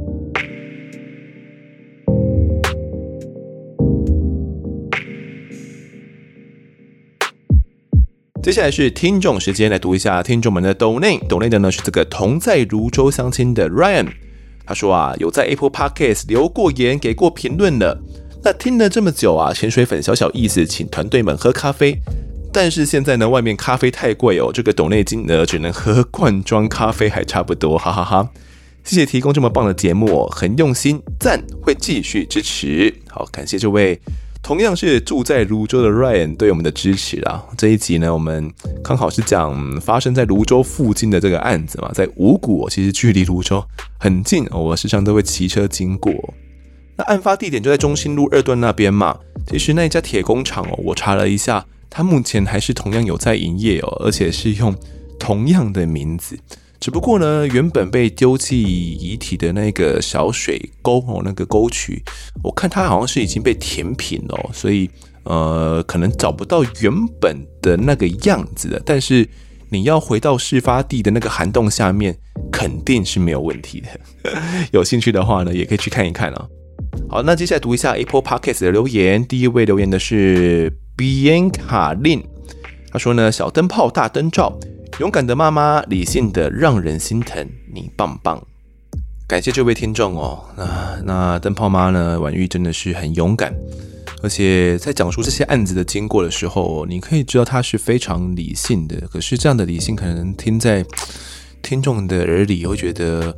接下来是听众时间，来读一下听众们的抖内。抖内的呢是这个同在泸州相亲的 Ryan。他说有在 Apple Podcast 留过言，给过评论了。那听了这么久潜水粉小小意思，请团队们喝咖啡。但是现在呢，外面咖啡太贵这个抖内金额只能喝罐装咖啡还差不多，哈哈哈。谢谢提供这么棒的节目很用心，赞，会继续支持。好，感谢这位同样是住在泸州的 Ryan 对我们的支持啦。这一集呢，我们刚好是讲发生在泸州附近的这个案子嘛，在五股其实距离泸州很近我时常都会骑车经过。那案发地点就在中心路2段那边嘛。其实那一家铁工厂我查了一下，它目前还是同样有在营业而且是用同样的名字。只不过呢，原本被丢弃遗体的那个小水沟那个沟渠，我看它好像是已经被填平了，所以可能找不到原本的那个样子了。但是你要回到事发地的那个涵洞下面，肯定是没有问题的。有兴趣的话呢，也可以去看一看好，那接下来读一下 Apple Podcast 的留言。第一位留言的是 Bianca Lin， 他说呢，小灯泡大灯罩。勇敢的妈妈，理性的让人心疼，你棒棒！感谢这位听众那灯泡妈呢，婉玉真的是很勇敢，而且在讲述这些案子的经过的时候你可以知道她是非常理性的。可是这样的理性可能听在听众的耳里会觉得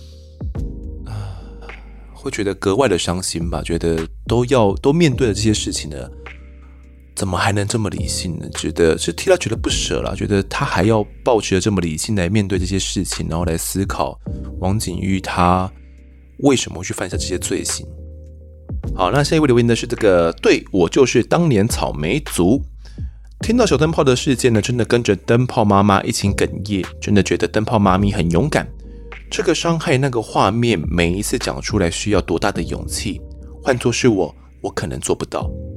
格外的伤心吧，觉得都面对了这些事情了，怎么还能这么理性呢？觉得不舍啦，觉得他还要抱持着这么理性来面对这些事情，然后来思考王景玉他为什么会去犯下这些罪行。好，那下一位留言的是这个，对，我就是当年草莓族。听到小灯泡的事件呢，真的跟着灯泡妈妈一起哽咽，真的觉得灯泡妈咪很勇敢。这个伤害那个画面，每一次讲出来需要多大的勇气？换作是我可能做不到。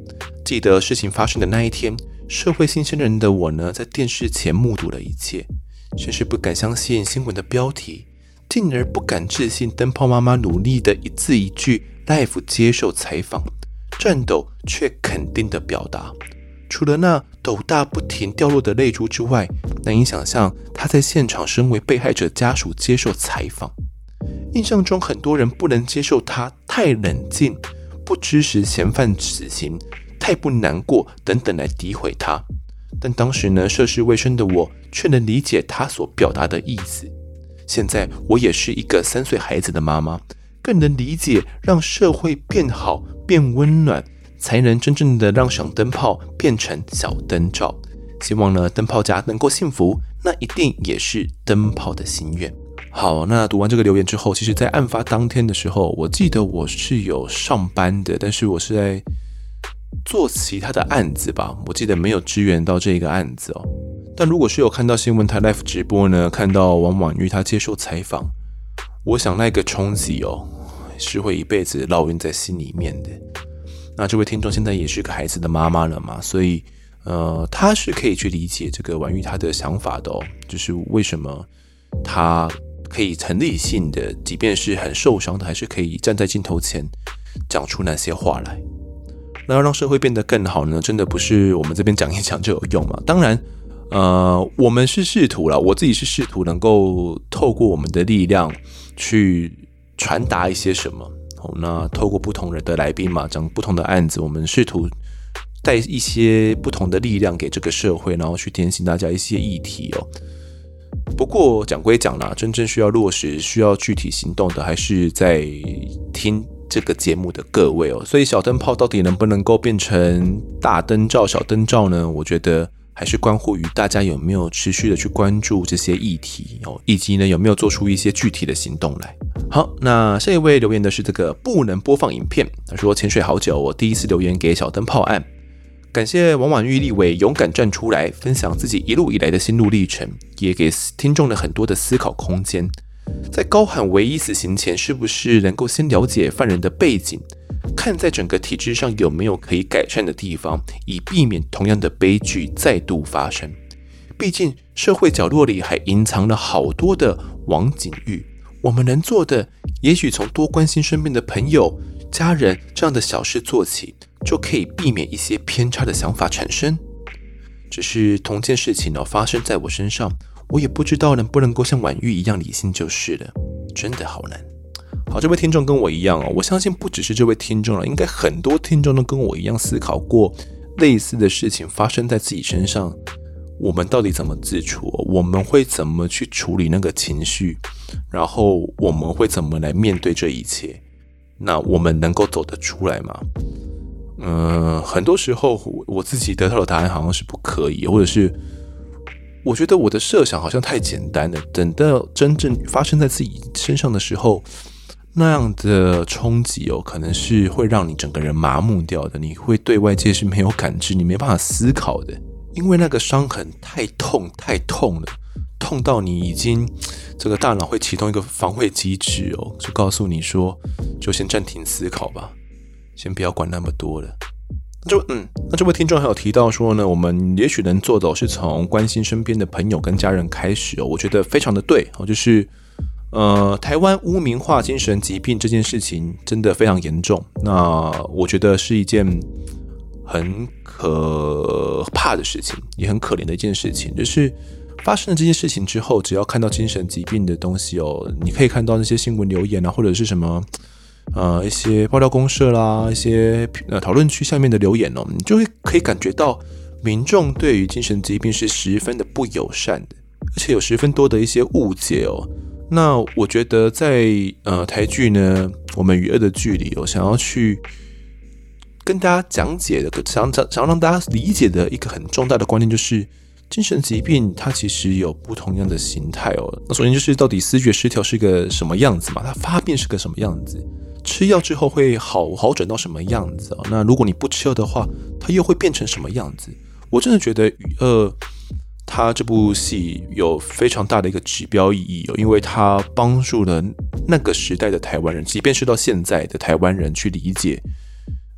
记得事情发生的那一天，社会新鲜人的我呢，在电视前目睹了一切，甚至不敢相信新闻的标题，进而不敢置信灯泡妈妈努力的一字一句 live 接受采访，颤抖却肯定的表达。除了那斗大不停掉落的泪珠之外，难以想象他在现场身为被害者家属接受采访。印象中很多人不能接受他太冷静，不支持嫌犯死刑，太不难过等等来诋毁他。但当时呢，涉世未深的我却能理解他所表达的意思。现在我也是一个3岁孩子的妈妈，更能理解让社会变好变温暖，才能真正的让小灯泡变成小灯罩。希望呢灯泡家能够幸福，那一定也是灯泡的心愿。好，那读完这个留言之后，其实在案发当天的时候，我记得我是有上班的，但是我是在做其他的案子吧，我记得没有支援到这个案子哦。但如果是有看到新闻台 live 直播呢，看到王婉玉她接受采访，我想那个冲击哦，是会一辈子烙印在心里面的。那这位听众现在也是个孩子的妈妈了嘛，所以她是可以去理解这个婉玉她的想法的哦，就是为什么她可以很理性的，即便是很受伤的，还是可以站在镜头前讲出那些话来。那要让社会变得更好呢，真的不是我们这边讲一讲就有用嘛。当然我们是试图啦，我自己是试图能够透过我们的力量去传达一些什么。那透过不同人的来宾嘛，讲不同的案子，我们试图带一些不同的力量给这个社会，然后去点醒大家一些议题哦。不过讲归讲啦，真正需要落实、需要具体行动的，还是在听这个节目的各位哦。所以小灯泡到底能不能够变成大灯罩、小灯罩呢？我觉得还是关乎于大家有没有持续的去关注这些议题哦，以及呢有没有做出一些具体的行动来。好，那下一位留言的是这个不能播放影片，他说潜水好久，我第一次留言给小灯泡案。感谢王婉玉立委勇敢站出来，分享自己一路以来的心路历程，也给听众了很多的思考空间。在高喊唯一死刑前，是不是能够先了解犯人的背景，看在整个体制上有没有可以改善的地方，以避免同样的悲剧再度发生。毕竟社会角落里还隐藏了好多的王景玉，我们能做的，也许从多关心身边的朋友、家人这样的小事做起，就可以避免一些偏差的想法产生。只是同件事情发生在我身上，我也不知道能不能够像婉玉一样理性就是了，真的好难。好，这位听众跟我一样我相信不只是这位听众了，应该很多听众都跟我一样思考过类似的事情发生在自己身上，我们到底怎么自处？我们会怎么去处理那个情绪？然后我们会怎么来面对这一切？那我们能够走得出来吗？很多时候我自己得到的答案好像是不可以，或者是我觉得我的设想好像太简单了，等到真正发生在自己身上的时候，那样的冲击可能是会让你整个人麻木掉的，你会对外界是没有感知，你没办法思考的，因为那个伤痕太痛了，痛到你已经这个大脑会启动一个防卫机制就告诉你说，就先暂停思考吧，先不要管那么多了。那这位听众还有提到说呢，我们也许能做的是从关心身边的朋友跟家人开始我觉得非常的对就是台湾污名化精神疾病这件事情真的非常严重，那我觉得是一件很可怕的事情，也很可怜的一件事情，就是发生了这件事情之后，只要看到精神疾病的东西你可以看到那些新闻留言或者是什么一些爆料公社啦，一些讨论区下面的留言你就会可以感觉到民众对于精神疾病是十分的不友善的，而且有十分多的一些误解那我觉得在台剧呢，我们与恶的距离想要去跟大家讲解的，想让大家理解的一个很重大的观念就是，精神疾病它其实有不同样的形态那首先就是到底思觉失调是个什么样子嘛？它发病是个什么样子？吃药之后会好转到什么样子那如果你不吃药的话，它又会变成什么样子？我真的觉得与恶它这部戏有非常大的一个指标意义因为它帮助了那个时代的台湾人，即便是到现在的台湾人去理解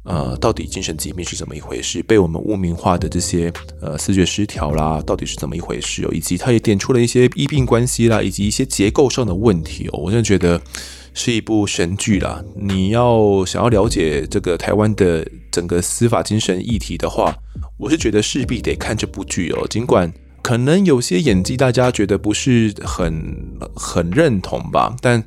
到底精神疾病是怎么一回事，被我们污名化的这些思觉失调啦，到底是怎么一回事哦，以及他也点出了一些医病关系啦，以及一些结构上的问题哦，我真的觉得是一部神剧啦。你想要了解这个台湾的整个司法精神议题的话，我是觉得势必得看这部剧哦，尽管可能有些演技大家觉得不是很认同吧，但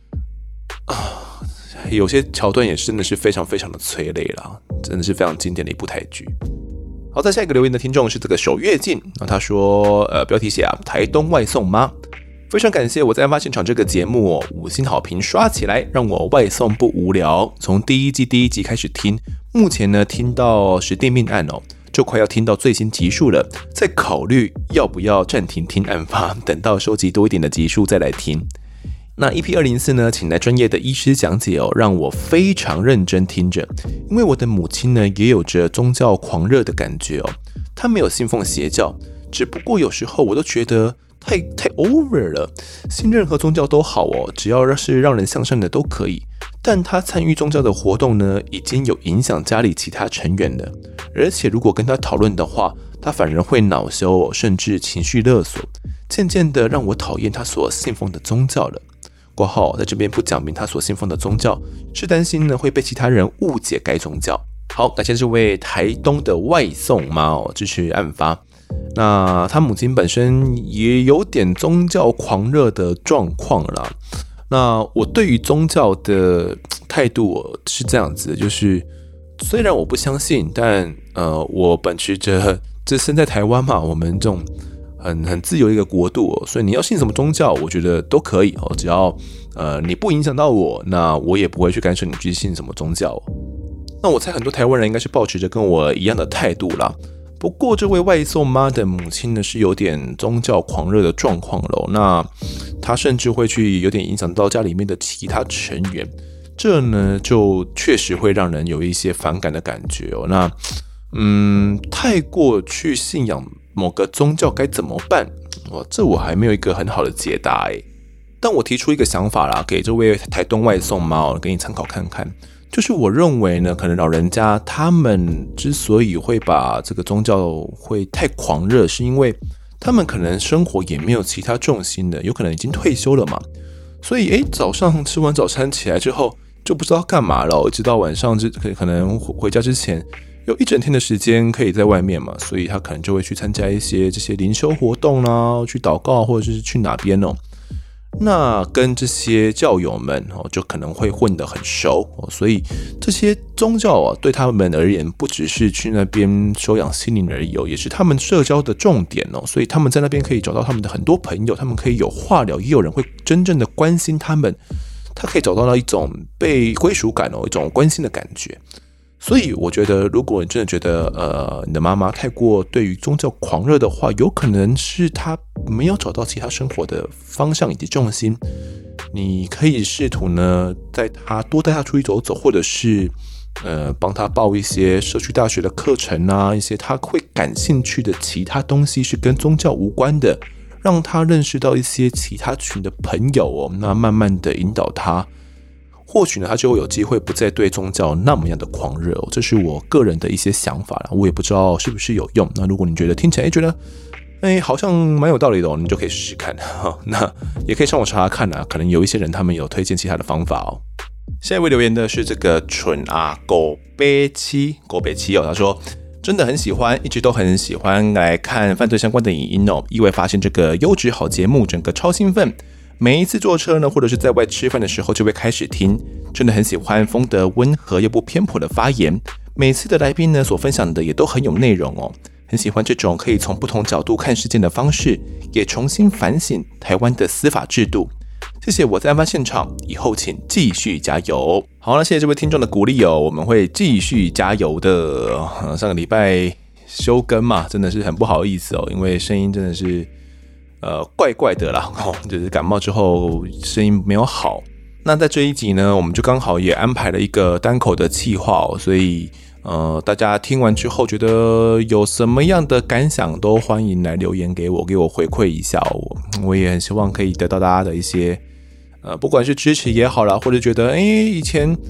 有些桥段也真的是非常非常的催泪啦，真的是非常经典的一部台剧。好，在下一个留言的听众是这个手月镜，他说标题写台东外送吗？非常感谢我在案发现场这个节目5星好评刷起来，让我外送不无聊。从第一集开始听，目前呢听到实地命案就快要听到最新集数了，再考虑要不要暂停听案发，等到收集多一点的集数再来听。那 EP204 呢，请来专业的医师讲解让我非常认真听着，因为我的母亲呢也有着宗教狂热的感觉她没有信奉邪教，只不过有时候我都觉得太 over 了，信任何宗教都好只要是让人向善的都可以，但她参与宗教的活动呢，已经有影响家里其他成员了，而且如果跟她讨论的话，她反而会恼羞甚至情绪勒索，渐渐的让我讨厌她所信奉的宗教了。括号在这边不讲明他所信奉的宗教，是担心呢会被其他人误解该宗教。好，感谢这位台东的外送妈支持案发。那他母亲本身也有点宗教狂热的状况啦。那我对于宗教的态度是这样子，就是虽然我不相信，但我秉持着这身在台湾嘛，我们这种很自由的一个国度所以你要信什么宗教，我觉得都可以只要你不影响到我，那我也不会去干涉你去信什么宗教那我猜很多台湾人应该是抱持着跟我一样的态度啦。不过这位外送妈的母亲呢，是有点宗教狂热的状况了那她甚至会去有点影响到家里面的其他成员，这呢就确实会让人有一些反感的感觉那太过去信仰某个宗教该怎么办？这我还没有一个很好的解答但我提出一个想法啦，给这位台东外送妈给你参考看看。就是我认为呢，可能老人家他们之所以会把这个宗教会太狂热，是因为他们可能生活也没有其他重心的，有可能已经退休了嘛。所以早上吃完早餐起来之后就不知道干嘛了，直到晚上可能回家之前有一整天的时间可以在外面嘛，所以他可能就会去参加一些这些灵修活动啦，去祷告或者是去哪边那跟这些教友们就可能会混得很熟所以这些宗教对他们而言不只是去那边修养心灵而已也是他们社交的重点所以他们在那边可以找到他们的很多朋友，他们可以有话聊，也有人会真正的关心他们，他可以找到一种被归属感一种关心的感觉。所以我觉得如果你真的觉得你的妈妈太过对于宗教狂热的话，有可能是她没有找到其他生活的方向以及重心，你可以试图呢多带她出去走走，或者是帮她报一些社区大学的课程啊，一些她会感兴趣的其他东西是跟宗教无关的，让她认识到一些其他群的朋友那慢慢的引导她，或许呢，他就会有机会不再对宗教那么样的狂热这是我个人的一些想法啦，我也不知道是不是有用。那如果你觉得听起来觉得好像蛮有道理的你就可以试试看那也可以上网查查看可能有一些人他们有推荐其他的方法下一位留言的是这个蠢狗北七他说真的很喜欢，一直都很喜欢来看犯罪相关的影音意外发现这个优质好节目，整个超兴奋。每一次坐车呢，或者是在外吃饭的时候就会开始听，真的很喜欢风德温和又不偏颇的发言。每次的来宾呢所分享的也都很有内容很喜欢这种可以从不同角度看事件的方式，也重新反省台湾的司法制度。谢谢我在案发现场，以后请继续加油。好了，谢谢这位听众的鼓励我们会继续加油的。上个礼拜休更嘛，真的是很不好意思因为声音真的是怪怪的啦就是感冒之后声音没有好。那在这一集呢，我们就刚好也安排了一个单口的企划所以大家听完之后觉得有什么样的感想都欢迎来留言给我回馈一下我也很希望可以得到大家的一些不管是支持也好啦，或者觉得以前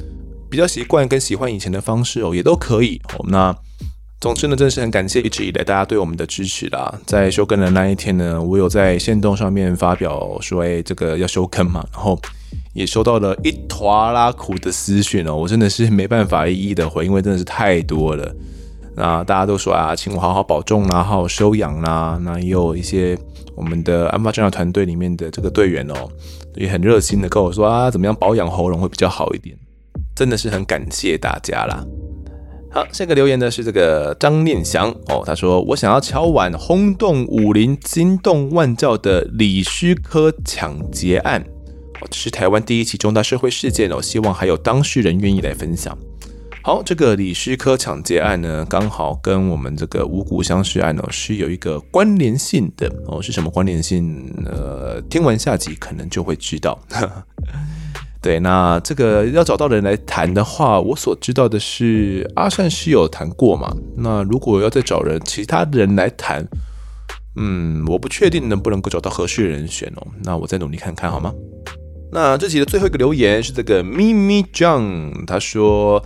比较习惯跟喜欢以前的方式也都可以。那总之呢，真的是很感谢一直以来大家对我们的支持啦。在休更的那一天呢，我有在限动上面发表说，这个要休更嘛，然后也收到了一坨拉苦的私讯我真的是没办法一一的回，因为真的是太多了。那大家都说请我好好保重啦，好好休养啦。那也有一些我们的案发侦查团队里面的这个队员也很热心的跟我说怎么样保养喉咙会比较好一点，真的是很感谢大家啦。好，下个留言呢是这个张念祥他说我想要敲碗轰动武林惊动万教的李师科抢劫案这是台湾第一起重大社会事件希望还有当事人愿意来分享。好，这个李师科抢劫案呢，刚好跟我们这个五股相识案是有一个关联性的是什么关联性？听完下集可能就会知道。对，那这个要找到人来谈的话，我所知道的是阿善是有谈过嘛？那如果要再找其他人来谈，我不确定能不能够找到合适的人选那我再努力看看好吗？那这集的最后一个留言是这个咪咪 John， 他说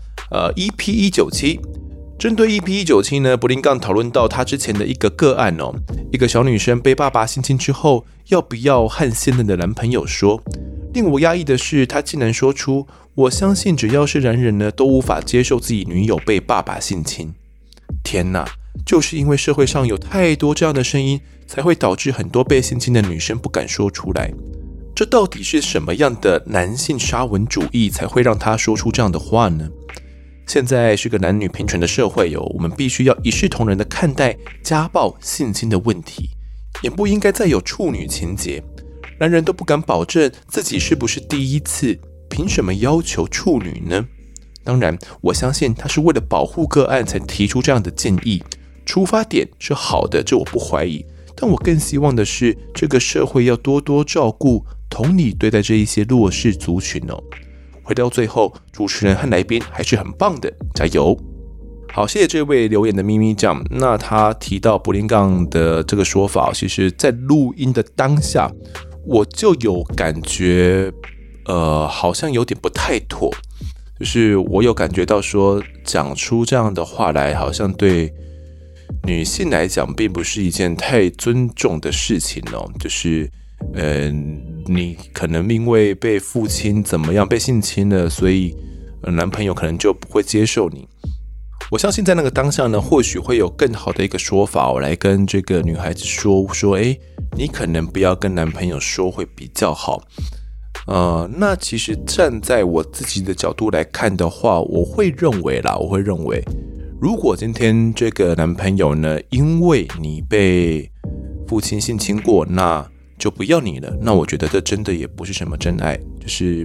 EP 197，针对 EP 197呢，柏林杠讨论到他之前的一个个案一个小女生被爸爸性侵之后，要不要和现任的男朋友说？令我压抑的是，他竟然说出我相信只要是男人呢，都无法接受自己女友被爸爸性侵。天哪，就是因为社会上有太多这样的声音，才会导致很多被性侵的女生不敢说出来。这到底是什么样的男性沙文主义才会让他说出这样的话呢？现在是个男女平权的社会我们必须要一视同仁的看待家暴性侵的问题，也不应该再有处女情节。男人都不敢保证自己是不是第一次，凭什么要求处女呢？当然，我相信他是为了保护个案才提出这样的建议，出发点是好的，这我不怀疑。但我更希望的是，这个社会要多多照顾、同理对待这一些弱势族群回到最后，主持人和来宾还是很棒的，加油！好，谢谢这位留言的咪咪酱。那他提到柏林杠的这个说法，其实在录音的当下，我就有感觉，好像有点不太妥。就是我有感觉到说，讲出这样的话来，好像对女性来讲，并不是一件太尊重的事情就是你可能因为被父亲怎么样被性侵了，所以男朋友可能就不会接受你。我相信在那个当下呢，或许会有更好的一个说法来跟这个女孩子说你可能不要跟男朋友说会比较好。那其实站在我自己的角度来看的话，我会认为如果今天这个男朋友呢，因为你被父亲性侵过，那就不要你了，那我觉得这真的也不是什么真爱。就是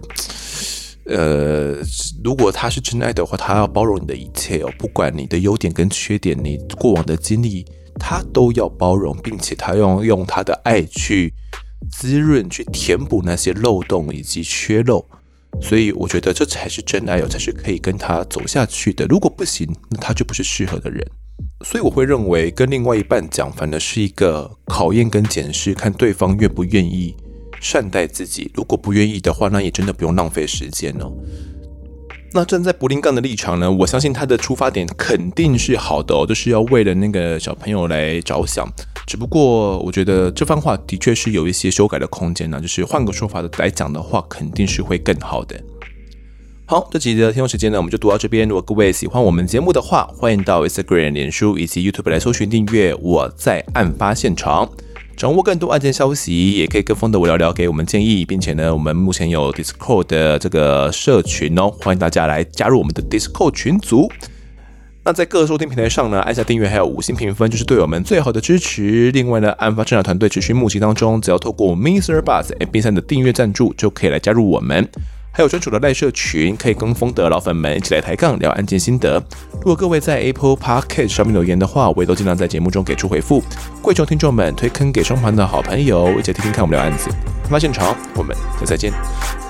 如果他是真爱的话，他要包容你的一切不管你的优点跟缺点，你过往的经历，他都要包容，并且他要用他的爱去滋润，去填补那些漏洞以及缺漏。所以我觉得这才是真爱才是可以跟他走下去的。如果不行，那他就不是适合的人。所以我会认为跟另外一半讲，反而是一个考验跟检视，看对方愿不愿意善待自己。如果不愿意的话，那也真的不用浪费时间那站在柏林杠的立场呢，我相信他的出发点肯定是好的就是要为了那个小朋友来着想。只不过我觉得这番话的确是有一些修改的空间就是换个说法来讲的话，肯定是会更好的。好，这集的听众时间呢，我们就读到这边。如果各位喜欢我们节目的话，欢迎到 Instagram、脸书以及 YouTube 来搜寻订阅我在案发现场，掌握更多案件消息，也可以跟风的我聊聊，给我们建议，并且呢，我们目前有 Discord 的这个社群欢迎大家来加入我们的 Discord 群组。那在各收听平台上呢，按下订阅还有5星评分，就是对我们最好的支持。另外呢，案发侦查团队持续募集当中，只要透过 Mr. Buzz MP3 的订阅赞助，就可以来加入我们。还有专属的赖社群，可以跟风的老粉们一起来抬杠聊案件心得。如果各位在 Apple Podcast 上面留言的话，我也都尽量在节目中给出回复。贵重听众们推坑给双盘的好朋友，一起听听看我们聊案子。案发现场，我们再见。